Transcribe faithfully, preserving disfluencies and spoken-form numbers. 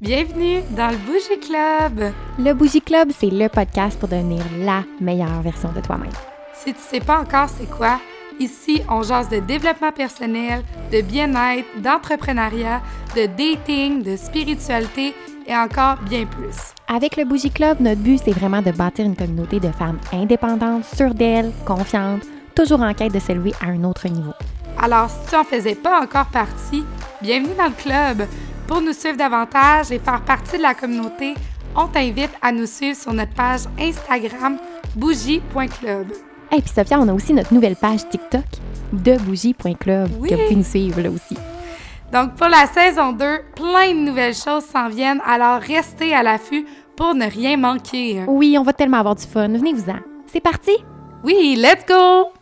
Bienvenue dans le Bougie Club! Le Bougie Club, c'est le podcast pour devenir la meilleure version de toi-même. Si tu sais pas encore c'est quoi, ici on jase de développement personnel, de bien-être, d'entrepreneuriat, de dating, de spiritualité et encore bien plus. Avec le Bougie Club, notre but, c'est vraiment de bâtir une communauté de femmes indépendantes, sûres d'elles, confiantes, toujours en quête de s'élever à un autre niveau. Alors, si tu en faisais pas encore partie, bienvenue dans le club! Pour nous suivre davantage et faire partie de la communauté, on t'invite à nous suivre sur notre page Instagram bougie point club. Et puis Sophia, on a aussi notre nouvelle page TikTok de bougie point club Oui. que vous pouvez nous suivre là aussi. Donc, pour la saison deux, plein de nouvelles choses s'en viennent, alors restez à l'affût pour ne rien manquer. Oui, on va tellement avoir du fun. Venez-vous-en. C'est parti! Oui, let's go!